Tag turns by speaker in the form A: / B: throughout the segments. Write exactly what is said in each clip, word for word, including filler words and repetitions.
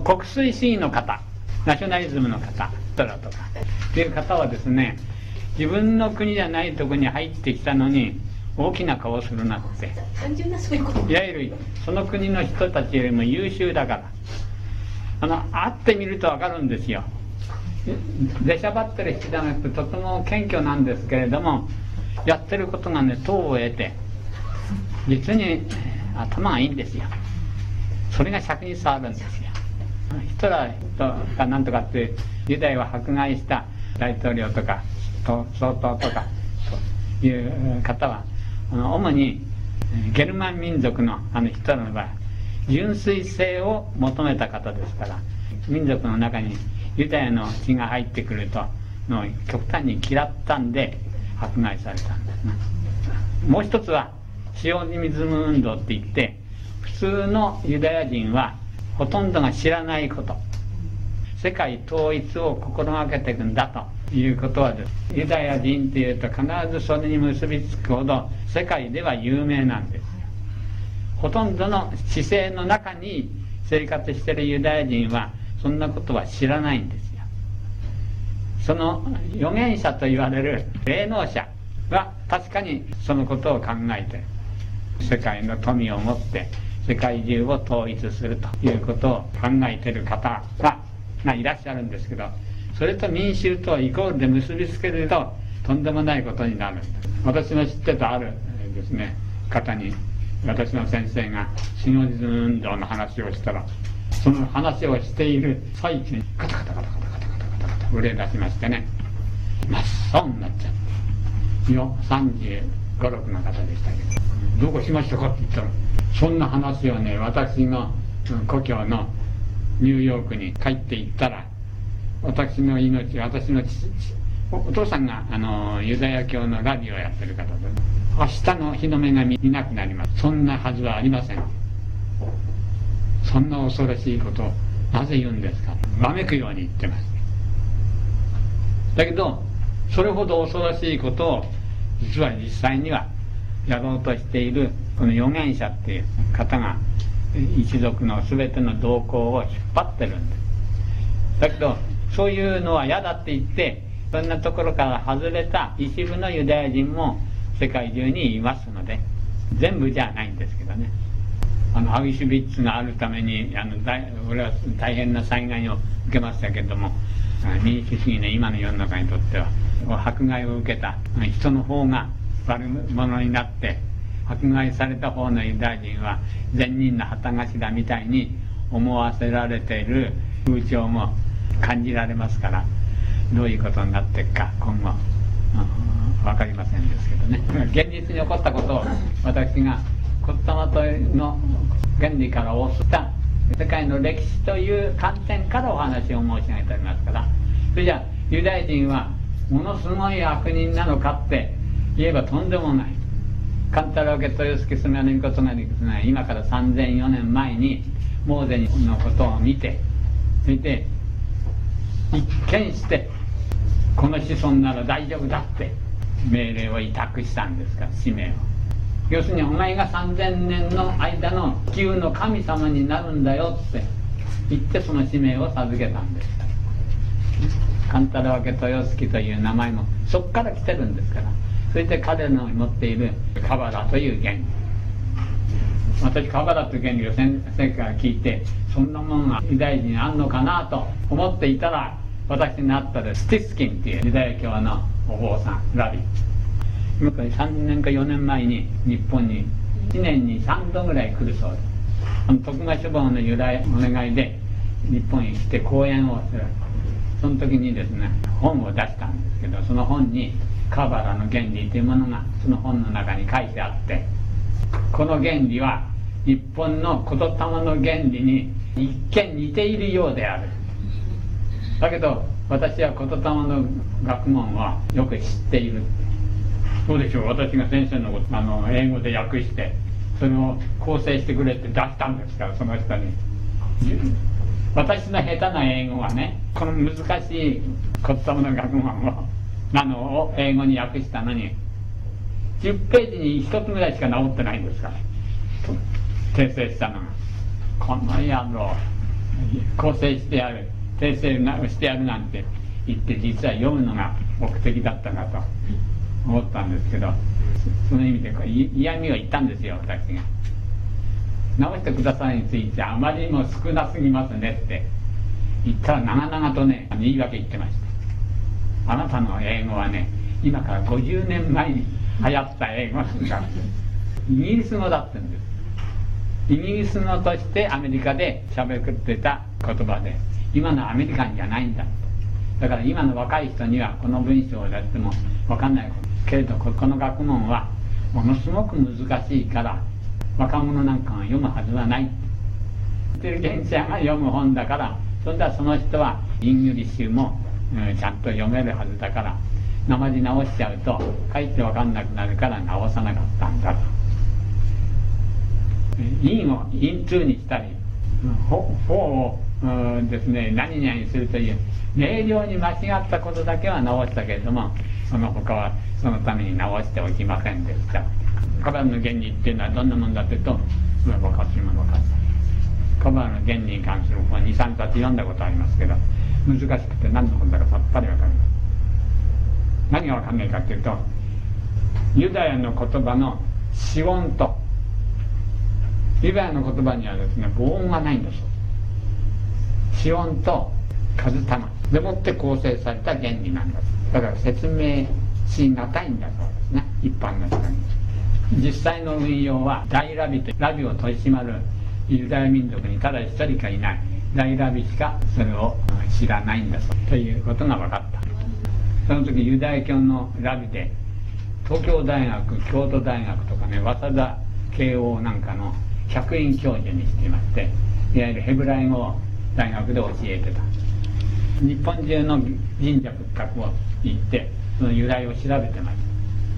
A: 国粋主義の方、ナショナリズムの方とかという方はですね、自分の国じゃないところに入ってきたのに大きな顔をするなって、いわゆるその国の人たちよりも優秀だから、あの会ってみると分かるんですよ。出しゃばってる人じゃなくてとても謙虚なんですけれども、やってることがね、党を得て実に頭がいいんですよ。それが尺に触るんですよ。ヒトラーとかなんとかってユダヤを迫害した大統領とか総統とかという方は、主にゲルマン民族のあのヒトラーの場合、純粋性を求めた方ですから、民族の中にユダヤの血が入ってくるとの極端に嫌ったんで迫害されたんですね。もう一つはシオニズム運動っていって、普通のユダヤ人はほとんどが知らないこと、世界統一を心がけていくんだということはです、ユダヤ人っていうと必ずそれに結びつくほど世界では有名なんですよ。ほとんどの姿勢の中に生活しているユダヤ人はそんなことは知らないんですよ。その預言者と言われる霊能者は確かにそのことを考えて、世界の富を持って世界中を統一するということを考えている方が、がいらっしゃるんですけど、それと民衆とイコールで結びつけるととんでもないことになるんです。私の知ってたあるですね方に、私の先生がシノニズム運動の話をしたら、その話をしている最中にカタカタカタカタカタカタカタカタ震え出しましてね、真っ青になっちゃって、よさんじゅうご、ろくの方でしたけど、どこしましたかって言ったら、そんな話をね、私の故郷のニューヨークに帰っていったら、私の命、私の父、お, お父さんがあのユダヤ教のラビをやってる方で、明日の日の目が見なくなります。そんなはずはありません。そんな恐ろしいことをなぜ言うんですか。わめくように言ってます。だけどそれほど恐ろしいことを実は実際にはやろうとしているこの預言者っていう方が一族の全ての動向を引っ張ってるんです。だけどそういうのは嫌だって言って、そんなところから外れた一部のユダヤ人も世界中にいますので、全部じゃないんですけどね。あのアウシュビッツがあるためにあの俺は大変な災害を受けましたけれども、民主主義の今の世の中にとっては迫害を受けた人の方が悪者になって、迫害された方のユダヤ人は善人の旗頭みたいに思わせられている風潮も感じられますから、どういうことになっていくか今後、うん、分かりませんですけどね。現実に起こったことを私がコッタマトの原理から応じた世界の歴史という観点からお話を申し上げておりますから、それじゃあユダヤ人はものすごい悪人なのかって言えばとんでもない。カンタロウケ豊助スメアの御事がですね、今からさんぜんよねんまえにモーゼのことを見て見て一見してこの子孫なら大丈夫だって命令を委託したんですから、使命を。要するにお前がさんぜんねんの間の地球の神様になるんだよって言ってその使命を授けたんです。カンタロウケ豊助という名前もそこから来てるんですから。それで彼の持っているカバラという原理、私カバラという原理を先生から聞いて、そんなものがユダヤ人にあんのかなと思っていたら、私に会ったスティスキンっていうユダヤ教のお坊さん、ラビ、今からさんねんかよねんまえに日本にいちねんにさんどぐらい来るそうです。あの徳賀書房の由来お願いで日本に来て講演をする。その時にですね、本を出したんですけど、その本にカバラの原理というものがその本の中に書いてあって、この原理は日本の言霊の原理に一見似ているようである。だけど私は言霊の学問はよく知っている。どうでしょう、私が先生のことあの英語で訳してそれを構成してくれって出したんですから、その人に。私の下手な英語はね、この難しい言霊の学問をなのを英語に訳したのにじゅっページにひとつぐらいしか直ってないんですから、訂正したのが。この野郎構成してやる、訂正してやるなんて言って実は読むのが目的だったなと思ったんですけど、その意味でこう嫌味を言ったんですよ、私が。直してくださいについてあまりにも少なすぎますねって言ったら長々とね言い訳言ってました。あなたの英語はね今からごじゅうねんまえに流行った英語なんだ、イギリス語だって言うんです。イギリス語としてアメリカで喋ってた言葉で今のアメリカンじゃないんだ。だから今の若い人にはこの文章をやっても分かんないけれど、この学問はものすごく難しいから若者なんかが読むはずはない。インテリゲンシアが読む本だから、それではその人はイングリッシュも、うん、ちゃんと読めるはずだから、生地直しちゃうと書いて分かんなくなるから直さなかったんだと。インをイントゥにしたり、フォーを、うん、ですね何々するという明瞭に間違ったことだけは直したけれども、その他はそのために直しておきませんでした。カバルの原理っていうのはどんなもんだっていうと、分かっても分かってカバルの原理に関する本にさんさつ読んだことありますけど、難しくて何の本だかさっぱり分かります。何が分かんないかっていうと、ユダヤの言葉の子音とユダヤの言葉にはですね母音がないんです。子音と数玉でもって構成された原理なんだ。だから説明しがたいんだそうですね、一般の人に。実際の運用は大ラビとラビを取り締まるユダヤ民族にただ一人かいない大ラビしかそれを知らないんだということが分かった。その時ユダヤ教のラビで東京大学、京都大学とかね、早稲田慶応なんかの客員教授にしていまして、いわゆるヘブライ語を大学で教えてた。日本中の神社仏閣を行ってその由来を調べてました。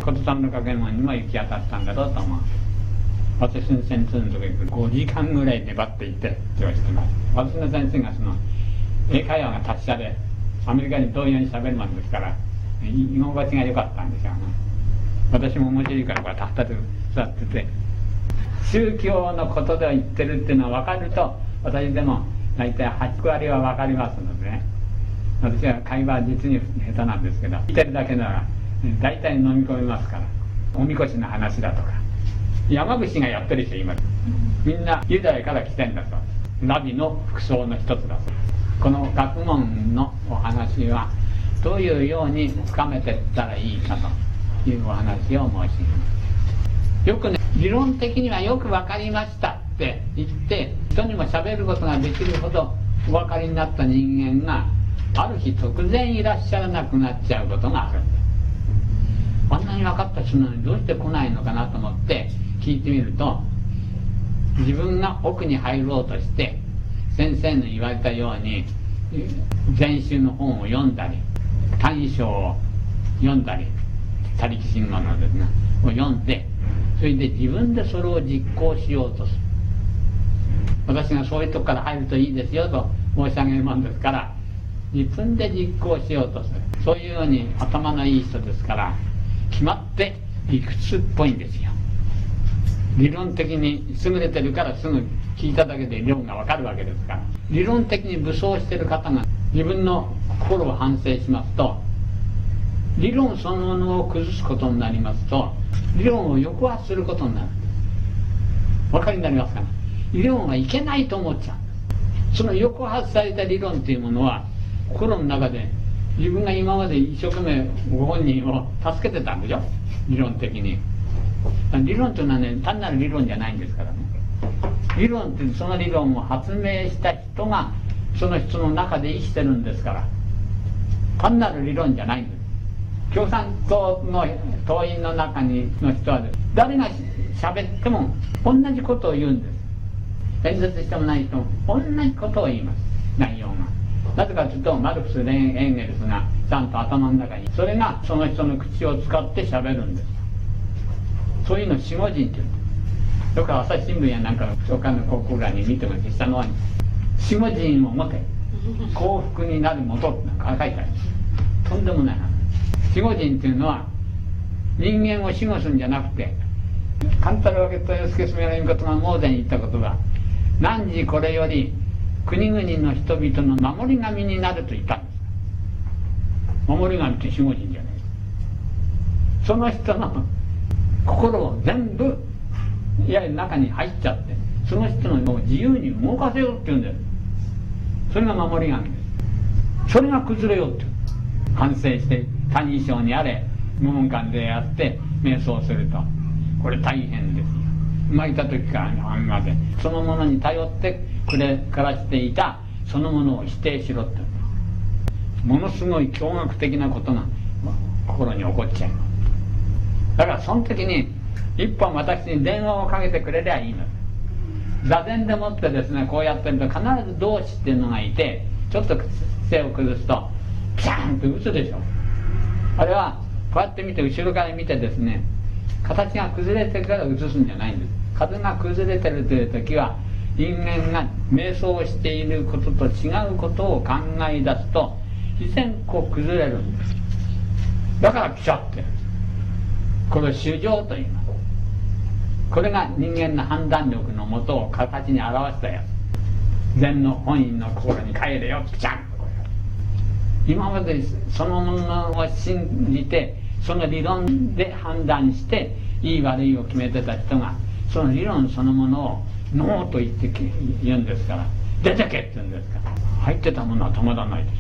A: 琴さんの掛け物にも行き当たったんだろうと思う。私の先生のところにごじかんぐらい粘っていて今日してます。私の先生がその英会話が達者でアメリカに同様に喋るもんですから居心地が良かったんですよね。私も面白いからこれたったで座ってて、宗教のことで言ってるっていうのは分かると私でも大体はちわりは分かりますのでね。私は会話は実に下手なんですけど、聞いてるだけなら大体飲み込みますから。おみこしの話だとか山伏がやってる人います。みんなユダヤから来てんだと。ラビの服装の一つだと。この学問のお話はどういうように深めていったらいいかというお話を申し上げます。よくね、理論的にはよく分かりましたって言って人にも喋ることができるほどお分かりになった人間がある日突然いらっしゃらなくなっちゃうことがあるんです。あんなに分かった人なのにどうして来ないのかなと思って聞いてみると、自分が奥に入ろうとして先生の言われたように全集の本を読んだり大書を読んだり他力信号のですねを読んで、それで自分でそれを実行しようとする。私がそういうとこから入るといいですよと申し上げるもんですから、自分で実行しようとする。そういうように頭のいい人ですから決まって理屈っぽいんですよ。理論的に優れてるからすぐ聞いただけで理論がわかるわけですから、理論的に武装してる方が自分の心を反省しますと、理論そのものを崩すことになりますと理論を抑圧することになる。お分かりになりますかね。理論はいけないと思っちゃう。その抑圧された理論というものは心の中で自分が今まで一生懸命ご本人を助けてたんでしょ、理論的に。理論というのはね、単なる理論じゃないんですからね。理論ってその理論を発明した人がその人の中で生きてるんですから、単なる理論じゃないんです。共産党の党員の中にの人はです、誰が喋っても同じことを言うんです。演説してもない人も同じことを言います、内容が。なぜかというとマルクス・エンゲルスがちゃんと頭の中にそれがその人の口を使って喋るんです。そういうの守護人って言うんです。よく朝日新聞やなんかの長官の広告欄に見ても下の方に守護人を持て幸福になるもとってなんか書いてある。とんでもない話。守護人っていうのは人間を守護するんじゃなくて、勘太郎家豊助住の言うことが猛然に言ったことは、何時これより国々の人々の守り神になると言ったんです。守り神って守護神じゃない。その人の心を全部いや中に入っちゃって、その人の自由に動かせようって言うんです。それが守り神です。それが崩れようって反省して他人称にあれ無門間でやって瞑想すると、これ大変ですよ。生まれた時から今までそのものに頼ってくれからしていたそのものを否定しろって、ものすごい驚愕的なことが心に起こっちゃいます。だからその時に一本私に電話をかけてくれりゃいいの。座禅でもってですね、こうやってると必ず同志っていうのがいて、ちょっと背を崩すとピャーンと打つでしょ。あれはこうやって見て後ろから見てですね、形が崩れてから写すんじゃないんです。風が崩れてるという時は人間が瞑想をしていることと違うことを考え出すと自然こう崩れるんです。だからピシャッて、これを衆生と言います。これが人間の判断力のもとを形に表したやつ。禅の本意の心に帰れよ、ピチャンと。今までそのものを信じてその理論で判断していい悪いを決めてた人が、その理論そのものをノーと言って言うんですから、出てけって言うんですから、入ってたものはたまらないです。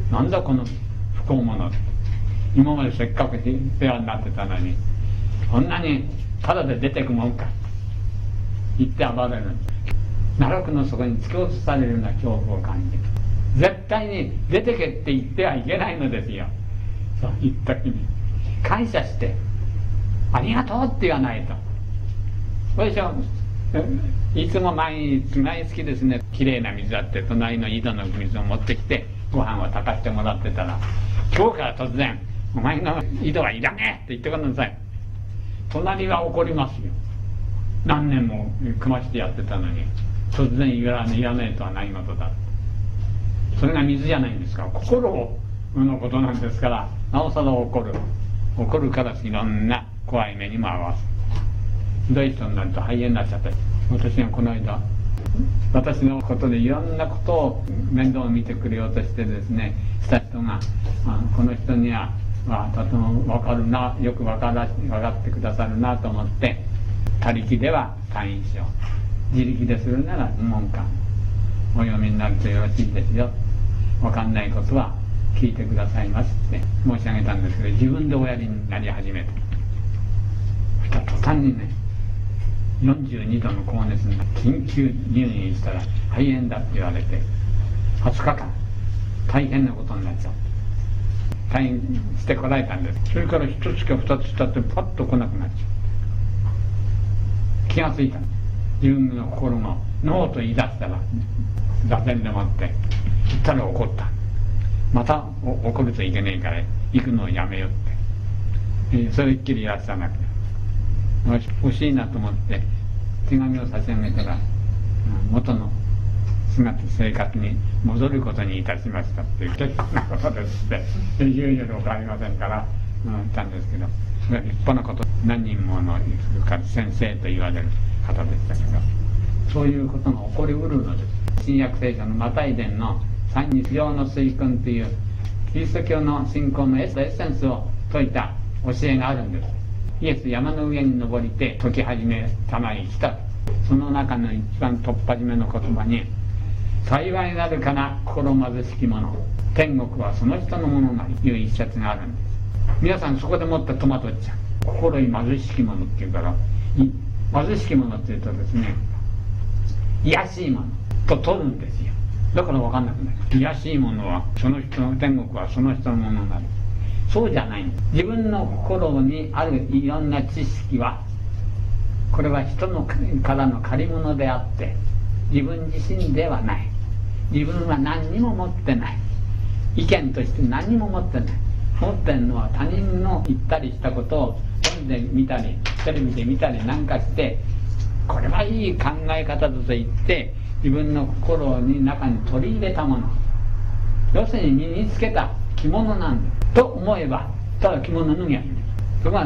A: なんだこの不幸者って、今までせっかく世話になってたのにこんなにただで出てくもんか言って暴れるんです。奈落の底に突き落とされるような恐怖を感じる。絶対に出てけって言ってはいけないのですよ。そう言った時に感謝してありがとうって言わないと。そうでしょ。いつも毎日毎月ですね、きれいな水あって隣の井戸の水を持ってきてご飯を炊かしてもらってたら、今日から突然お前の井戸はいらねえって言ってください。隣は怒りますよ。何年も組ましてやってたのに突然いらねえとは何事だ。それが水じゃないんですから、心のことなんですから、なおさら怒る怒るからいろんな怖い目にも合わす。ひどい人になると肺炎になっちゃった。私がこの間私のことでいろんなことを面倒を見てくれようとしてですねした人が、この人にはまあ、とても分かるな、よく分から分かってくださるなと思って、他力では退院しよう、自力でするなら無門間お読みになるとよろしいですよ、分かんないことは聞いてくださいますって申し上げたんですけど、自分でおやりになり始めて、そしたら途端にねよんじゅうにどの高熱に緊急入院したら肺炎だって言われてはつかかん大変なことになっちゃう。退院してこられたんです。それから一つか二つ経ってパッと来なくなっちゃう。気がついた。自分の心がノーと言い出したら座禅でもって言ったら怒った。また怒るといけないから行くのをやめようって、えー、それっきりいらっしゃらなくて、欲しいなと思って手紙を差し上げたら、元の姿生活に戻ることにいたしましたっていう結構なことですって言うよりもありませんから、うん、言ったんですけど、それは立派なこと、何人もの先生と言われる方でしたけど、そういうことが起こりうるのです。新約聖書のマタイ伝の三日常の水訓というキリスト教の信仰のエッセンスを説いた教えがあるんです。イエス山の上に登りて説き始めたまに来た。その中の一番突破締めの言葉に、幸いなるかな心貧しき者、天国はその人のものなりという一節があるんです。皆さんそこでもって戸惑っちゃう。心貧しき者っていうから、貧しき者っていうとですね、卑しいものと取るんですよ。だから分かんなくなる。卑しいものはその人の、天国はその人のものなり。そうじゃないんです。自分の心にあるいろんな知識は、これは人のからの借り物であって自分自身ではない。自分は何にも持ってない。意見として何にも持ってない。持ってるのは他人の言ったりしたことを本で見たりテレビで見たりなんかして、これはいい考え方だと言って自分の心に中に取り入れたもの、要するに身につけた着物なんだと思えば、ただ着物脱ぎゃいいんです。それが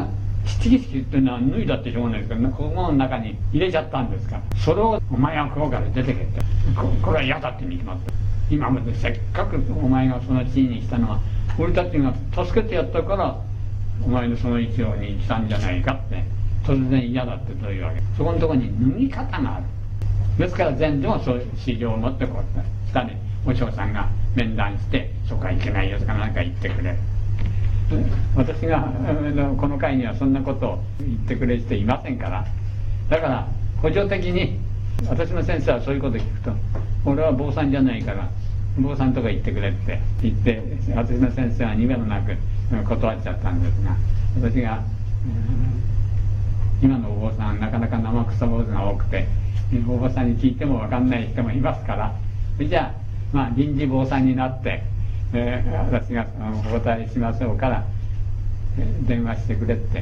A: 七儀式っていうのは脱いだってしょうがないですけど、ここの中に入れちゃったんですから、それをお前はここから出てけって、ここれは嫌だって決まった。今までせっかくお前がその地位にしたのは俺たちが助けてやったからお前のその位置に来たんじゃないかって突然嫌だってどういうわけ。そこのところに脱ぎ方がある。ですから前度はそういう市場を持ってこうやって下にお嬢さんが面談してそこは行けないよとか何か言ってくれる。私がこの会にはそんなことを言ってくれる人いませんから、だから補助的に私の先生はそういうことを聞くと俺は坊さんじゃないから坊さんとか言ってくれって言って私の先生はにべもなく断っちゃったんですが、私が、うん、今のお坊さんなかなか生臭坊主が多くてお坊さんに聞いても分かんない人もいますから、じゃあまあ臨時坊さんになって、えー、私がお答えしましょうから、えー、電話してくれって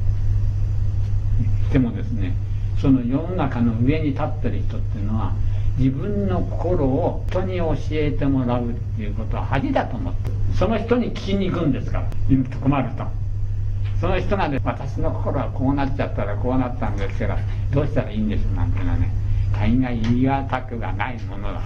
A: 言ってもですね、その世の中の上に立ってる人っていうのは自分の心を人に教えてもらうっていうことは恥だと思ってその人に聞きに行くんですから、困るとその人がね、私の心はこうなっちゃったらこうなったんですからどうしたらいいんですなんていうのはね、大概言い難くがないものだ。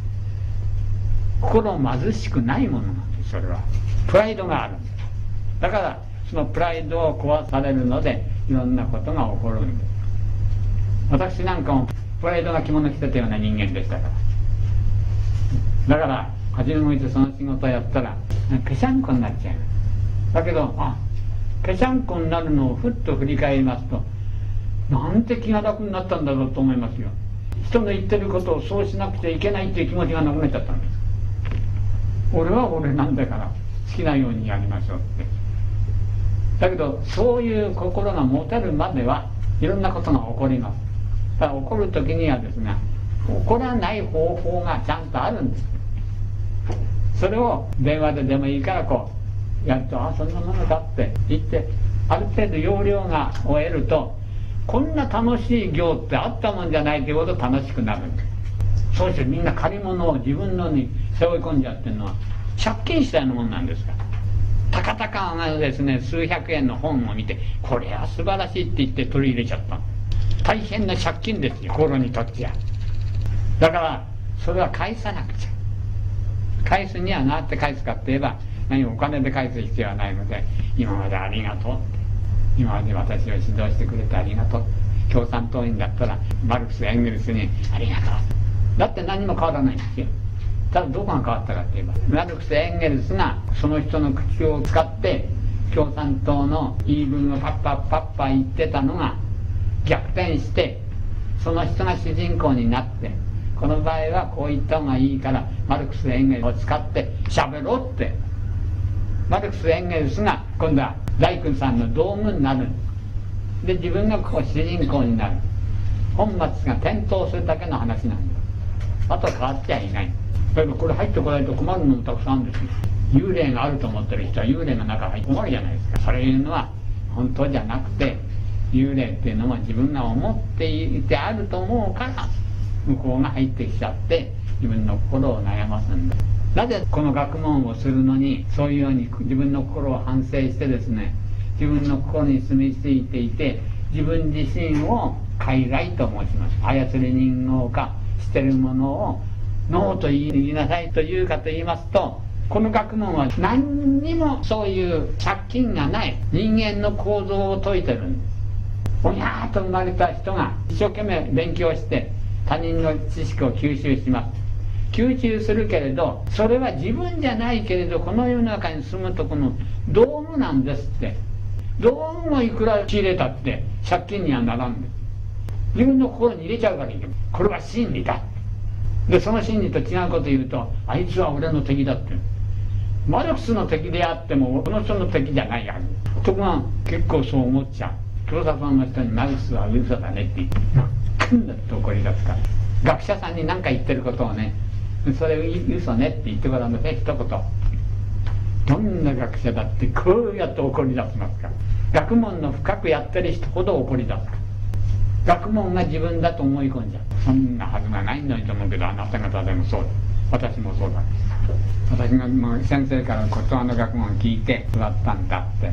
A: 心貧しくないものなんです。それはプライドがあるんです。だからそのプライドを壊されるのでいろんなことが起こるんです。私なんかもプライドが着物着てたような人間でしたから、だから初めもいてその仕事をやったらぺしゃんこになっちゃう。だけどあぺしゃんこになるのをふっと振り返りますとなんて気が楽になったんだろうと思いますよ。人の言ってることをそうしなくちゃいけないっていう気持ちがなくなっちゃったんです。俺は俺なんだから好きなようにやりましょうって。だけどそういう心が持てるまではいろんなことが起こります。だから起こる時にはですね、起こらない方法がちゃんとあるんです。それを電話ででもいいからこうやると、あそんなものかって言ってある程度要領がを得ると、こんな楽しい行ってあったもんじゃないということ楽しくなるんです。そうしてみんな借り物を自分のに背負い込んじゃってるのは借金したようなもんなんですから。たかたかがですね数百円の本を見てこれは素晴らしいって言って取り入れちゃった。大変な借金ですよ心にとっては。だからそれは返さなくちゃ。返すにはなって返すかって言えば何お金で返す必要はないので、今までありがとうって、今まで私を指導してくれてありがとう、共産党員だったらマルクス・エンゲルスにありがとう、だって何も変わらないんですよ。ただどこが変わったかって言えばマルクス・エンゲルスがその人の口を使って共産党の言い分をパッパッパッパ言ってたのが逆転して、その人が主人公になって、この場合はこう言った方がいいからマルクス・エンゲルスを使って喋ろうって、マルクス・エンゲルスが今度は大工さんの道具になる。で自分がこう主人公になる。本末が転倒するだけの話なんです。あとは変わっちゃいない。だけどこれ入ってこないと困るのもたくさんあるんですよ。幽霊があると思ってる人は幽霊が中入って困るじゃないですか。それいうのは本当じゃなくて、幽霊っていうのは自分が思っていてあると思うから向こうが入ってきちゃって自分の心を悩ますんです。なぜこの学問をするのにそういうように自分の心を反省してですね、自分の心に住み着いていて自分自身を傀儡と申します。操り人形かしてるものをノーと言いなさいというかと言いますと、この学問は何にもそういう借金がない人間の構造を説いてるんです。おにゃーと生まれた人が一生懸命勉強して他人の知識を吸収します。吸収するけれどそれは自分じゃないけれどこの世の中に住むとこの道具なんですって。道具もいくら仕入れたって借金にはならんです。自分の心に入れちゃうからいいけど、これは真理だ。でその真理と違うこと言うとあいつは俺の敵だって。マルクスの敵であってもこの人の敵じゃないはず。とこが結構そう思っちゃう。教佐さんの人にマルクスは嘘だねって言って真っ赤になって怒り出すから、学者さんに何か言ってることをね、それ嘘ねって言ってごらんなさい一言。どんな学者だってこうやって怒り出しますから。学問の深くやってる人ほど怒り出すから。学問が自分だと思い込んじゃう。そんなはずがないのにと思うけど、あなた方でもそうだ、私もそうだ。私がもう先生から言葉の学問を聞いて座ったんだって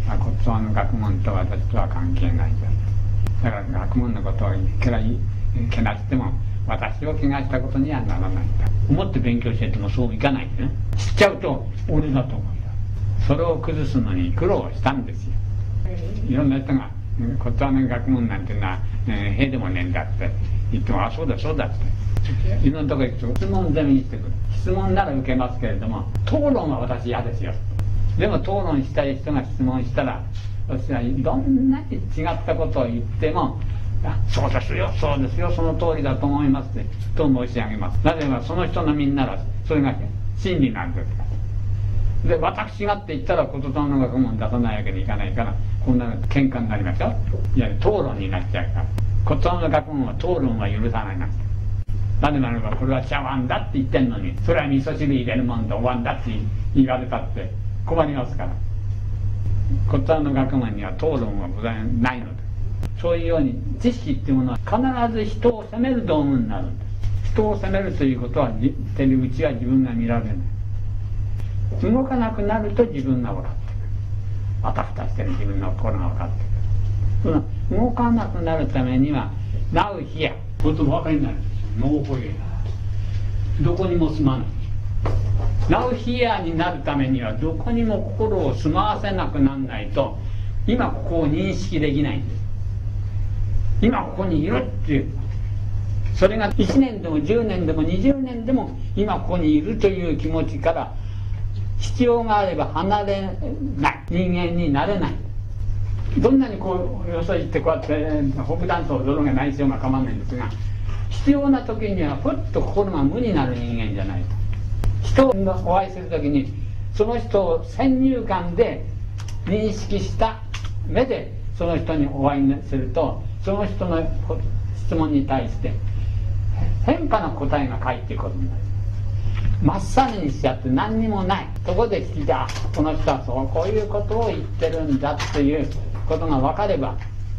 A: 骨董の学問と私とは関係ないんだ。だから学問のことをいくらけなしても私を怪我したことにはならないんだ。思って勉強しててもそういかないんでね。知っちゃうと俺だと思うんだ。それを崩すのに苦労したんですよ。いろんな人が骨董の学問なんていうのはへえでもねえんだって言っても、あ、そうだそうだっていろんなとこ行くと質問攻めにしてくる。質問なら受けますけれども、討論は私嫌ですよ。でも討論したい人が質問したら、私はどんなに違ったことを言っても、あ、そうですよそうですよその通りだと思いますと申し上げます。なぜならその人のみんならそれが真理なんですから。で私がって言ったら骨董の学問出さないわけにいかないから、こんな喧嘩になりますよ。いや討論になっちゃうから。骨董の学問は討論は許さないなんて。なぜならばこれは茶碗だって言ってんのに、それは味噌汁入れるもんでお椀だって言われたって困りますから。骨董の学問には討論はございないので、そういうように知識っていうものは必ず人を責める道具になるんです。人を責めるということは手にうちは自分が見られない。動かなくなると自分が分かってくる。あたふたしてる自分の心が分かってくる。その動かなくなるためにはナウヒア、これとお分かりになるんですよ。ノーホイア、どこにも住まない。ナウヒアになるためにはどこにも心を住まわせなくならないと、今ここを認識できないんです。今ここにいるっていう、それがいちねんでもじゅうねんでもにじゅうねんでも今ここにいるという気持ちから必要があれば離れない人間になれない。どんなにこうよそ行ってこうやって北断層泥がないしようが構わないんですが、必要な時にはふっと心が無になる人間じゃないと。人をお会いする時にその人を先入観で認識した目でその人にお会いすると、その人の質問に対して変化の答えが返ってくるんです。まっさらにしちゃって何にもないところで聞いて、あ、この人はそうこういうことを言ってるんだということが分かれば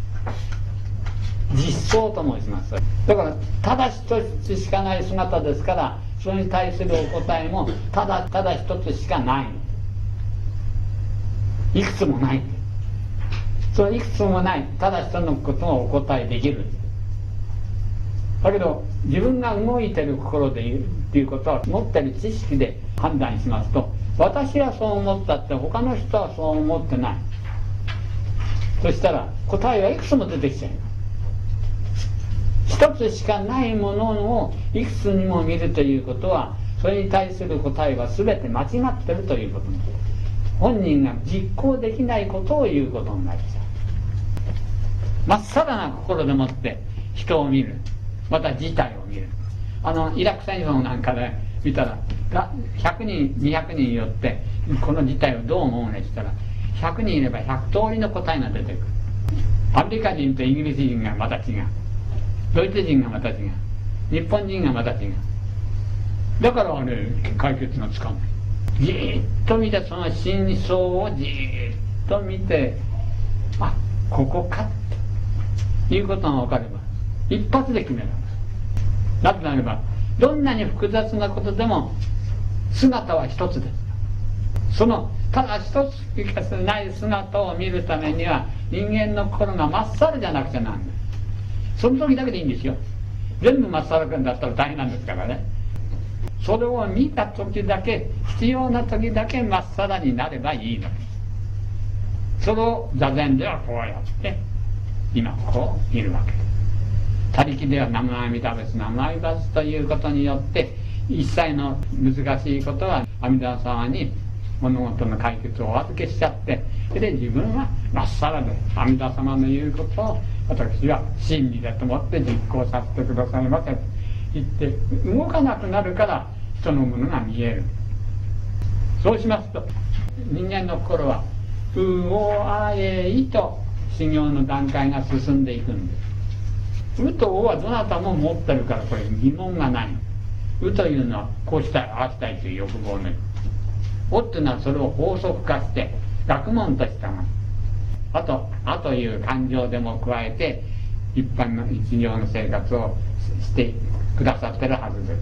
A: 実相と申します。だからただ一つしかない姿ですから、それに対するお答えもただただ一つしかない、いくつもない。それいくつもないただ一つのことをお答えできる。だけど自分が動いてる心でいるっていうことは持ってる知識で判断しますと、私はそう思ったって他の人はそう思ってない。そしたら答えはいくつも出てきちゃう。一つしかないものをいくつにも見るということは、それに対する答えは全て間違ってるということになる。本人が実行できないことを言うことになります。まっさらな心でもって人を見る、また事態を見る。あのイラク戦争なんかで見たらひゃくにんにひゃくにんよってこの事態をどう思うねしたら、ひゃくにんいればひゃく通りの答えが出てくる。アメリカ人とイギリス人がまた違う、ドイツ人がまた違う、日本人がまた違う。だからあれ解決がつかない。じーっと見て、その真相をじーっと見て、あ、ここかということが分かれば一発で決められます。なぜならばどんなに複雑なことでも姿は一つです。そのただ一つしかない姿を見るためには人間の心がまっさらじゃなくちゃなんない。その時だけでいいんですよ。全部まっさらくんだったら大変なんですからね。それを見た時だけ、必要な時だけまっさらになればいいのです。それを座禅ではこうやって今こういるわけです。他力では南無阿弥陀仏南無阿弥陀仏ということによって一切の難しいことは阿弥陀様に物事の解決をお預けしちゃって、で自分はまっさらで阿弥陀様の言うことを私は真理だと思って実行させてくださいませと言って動かなくなるから人のものが見える。そうしますと人間の心はうおあえいと修行の段階が進んでいくんです。うとおはどなたも持ってるからこれ疑問がない。うというのはこうしたいああしたいという欲望ね。おっていうのはそれを法則化して学問としたもの。あとあという感情でも加えて一般の日常の生活をしてくださってるはずです。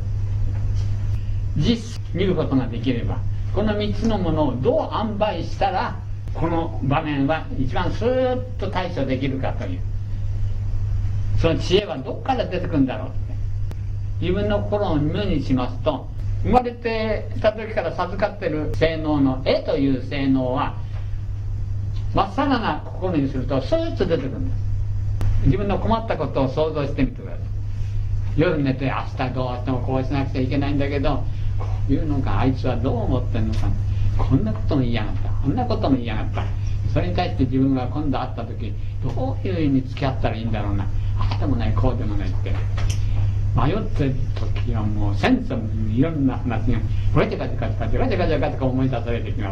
A: 実見ることができればこのみっつのものをどう塩梅したらこの場面は一番スーッと対処できるかという、その知恵はどこから出てくるんだろうって、自分の心を無にしますと、生まれてきた時から授かっている性能の絵という性能はまっさらな心にするとスーッと出てくるんです。自分の困ったことを想像してみてください。夜寝て明日どうしてもこうしなくちゃいけないんだけど、こういうのか、あいつはどう思ってんのか、こんなことも言いやがった、こんなことも言いやがった、それに対して自分が今度会った時どういうふうに付き合ったらいいんだろうな、ああでもないこうでもないって迷ってる時はもう千差いろんな話がわちゃかちゃかちゃかちゃかちゃかちゃかちゃ思い出されてきます。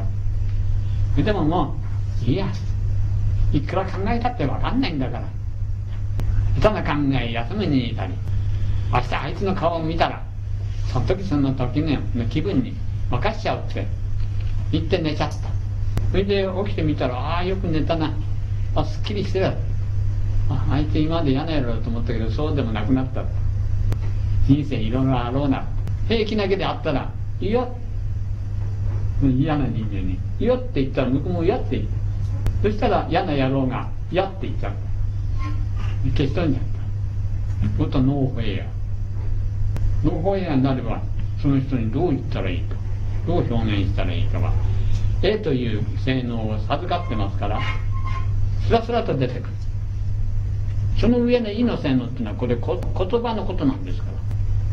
A: でももういや、いくら考えたって分かんないんだから、そんな考え休みにいたり、明日あいつの顔を見たらその時その時の気分に任しちゃうって言って寝ちゃった。それで起きてみたら、ああよく寝たな、あすっきりしてる、ああいつ今まで嫌な野郎と思ったけどそうでもなくなった、人生いろいろあろうな、平気だけであったらいいよ、嫌な人間にいいよって言ったら向こうも嫌って言う。そしたら嫌な野郎が嫌って言っちゃう、消し飛んじゃった。もっとノーフェイヤーノーフェイヤーになれば、その人にどう言ったらいいか、どう表現したらいいかは絵という性能を授かってますから、スラスラと出てくる。その上の意の性能っていうのはこれこ言葉のことなんですから、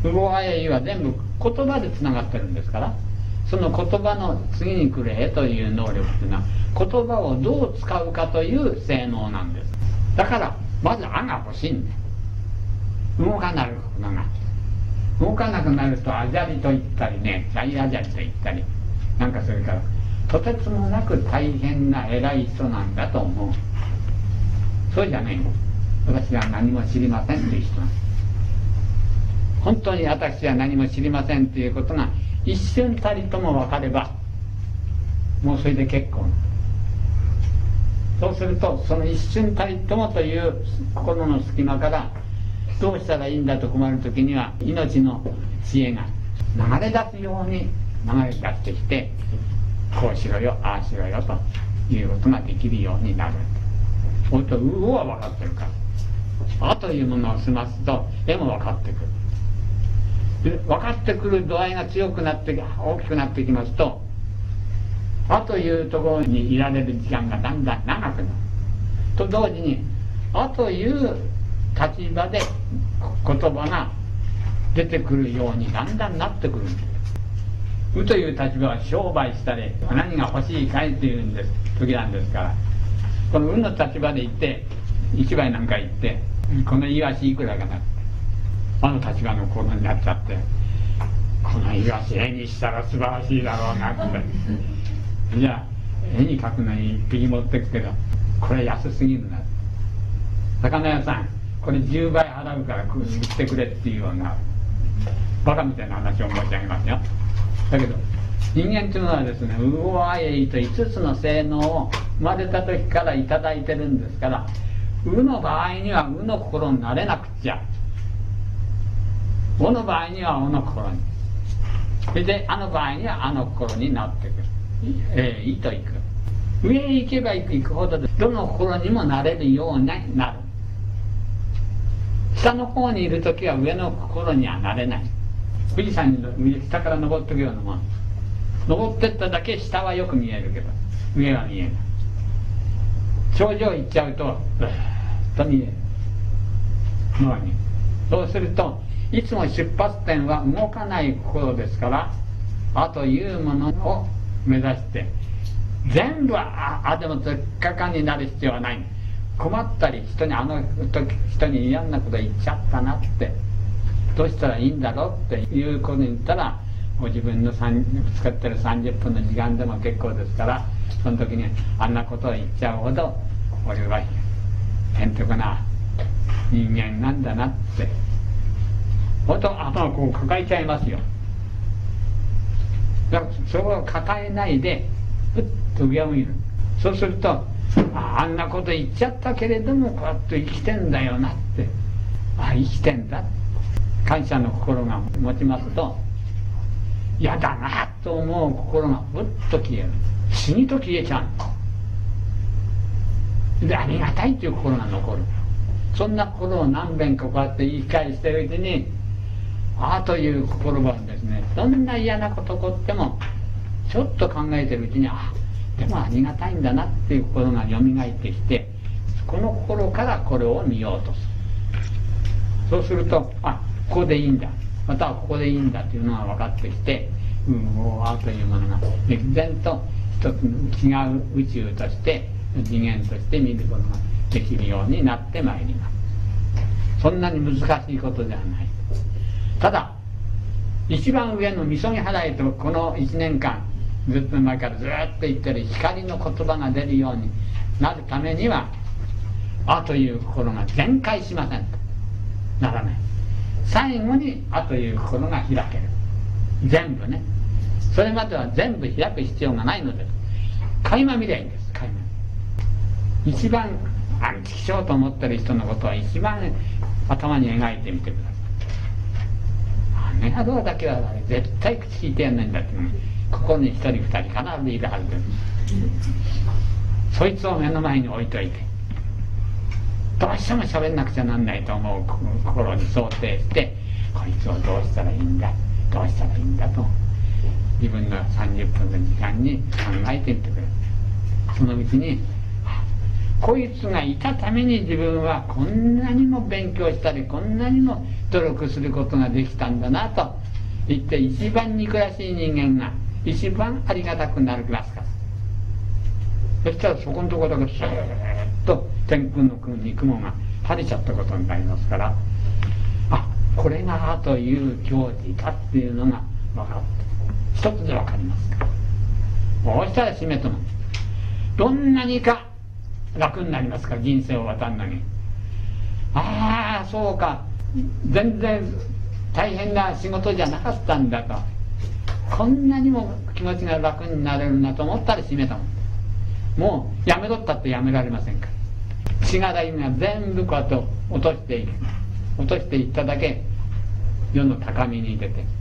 A: うごあえいは全部言葉でつながってるんですから、その言葉の次に来る絵という能力っていうのは言葉をどう使うかという性能なんです。だからまず「あ」が欲しいんで、動かなることが動かなくなるとあじゃりと言ったりね、大あじゃりと言ったりなんかするから、とてつもなく大変な偉い人なんだと思う。そうじゃねえ、私は何も知りませんという人なんです。本当に私は何も知りませんということが一瞬たりとも分かれば、もうそれで結構。そうするとその一瞬たりともという心の隙間からどうしたらいいんだと困る時には、命の知恵が流れ出すように流れ出してきて、こうしろよああしろよということができるようになる。本当うおは分かってるから、あというものを済ますと絵も分かってくる。で分かってくる度合いが強くなって大きくなってきますと、あというところにいられる時間がだんだん長くなると同時に、あという立場で言葉が出てくるようにだんだんなってくるんです。うという立場は商売したり何が欲しいかいというんです時なんですから、このうの立場で行って一倍なんか行って、このイワシいくらかなって、あの立場の心になっちゃって、このイワシ絵にしたら素晴らしいだろうなってじゃあ絵に描くのに一匹持ってくけどこれ安すぎるな、魚屋さんこれじゅうばい払うから売ってくれっていうようなバカみたいな話を申し上げますよ。だけど人間というのはですね、うおあえいといつつの性能を生まれた時からいただいてるんですから、うの場合にはうの心になれなくっちゃ、おの場合にはおの心に、それであの場合にはあの心になってくる。えいといく、上へ行けば行くほどどの心にもなれるようになる。下の方にいる時は上の心にはなれない。富士山に下から登ってくようなもん、登ってっただけ下はよく見えるけど上は見えない。頂上行っちゃうとずっと見えるのに、そうするといつも出発点は動かない心ですから、あというものを目指して全部ああでも突っかかになる必要はない。困ったり人にあの時人に嫌なこと言っちゃったなって、どうしたらいいんだろうっていうことに言ったら、ご自分の使ってるさんじゅっぷんの時間でも結構ですから、その時にあんなことを言っちゃうほど俺はへんてこな人間なんだなってほんと頭をこう抱えちゃいますよ。だからそれを抱えないでふっと上を見る。そうすると あ, あんなこと言っちゃったけれどもこうやって生きてんだよなって、あ生きてんだ感謝の心が持ちますと、嫌だなと思う心がふっと消える。死にと消えちゃう。 でありがたいという心が残る。そんな心を何遍かこうやって言い返しているうちに、ああという心はですね、どんな嫌なこと起こってもちょっと考えているうちに、あでもありがたいんだなっていう心がよみがえってきて、この心からこれを見ようとする。そうすると、あここでいいんだ、またはここでいいんだというのが分かってきて、うん、もうあというものが歴然と一つ違う宇宙として次元として見ることができるようになってまいります。そんなに難しいことではない。ただ一番上のみそぎ払いと、このいちねんかんずっと前からずっと言ってる光の言葉が出るようになるためには、あという心が全開しませんとならない。最後にあという心が開ける。全部ね。それまでは全部開く必要がないのです。垣間見りゃいいんです。垣間見。一番アンチ気象と思ってる人のことは一番頭に描いてみてください。あねやろうだけは絶対口聞いてやんないんだって、ね、ここに一人二人必ずいるはずです。そいつを目の前に置いといて、どうしても喋んなくちゃなんないと思う心に想定して、こいつをどうしたらいいんだ、どうしたらいいんだと自分のさんじゅっぷんの時間に考えてみてくれる。そのうちに、こいつがいたために自分はこんなにも勉強したり、こんなにも努力することができたんだなと言って、一番憎らしい人間が一番ありがたくなるクラスか。そしたらそこのところだけスーッと天空の国雲が晴れちゃったことになりますから、あこれがという境地だっていうのが分かって、一つで分かりますから、こうしたら締めともどんなにか楽になりますから、人生を渡るのに。ああそうか、全然大変な仕事じゃなかったんだと、こんなにも気持ちが楽になれるなと思ったら締めたもん。もうやめろったってやめられませんから、しがらみが全部こうやって落としていく、落としていっただけ世の高みに出て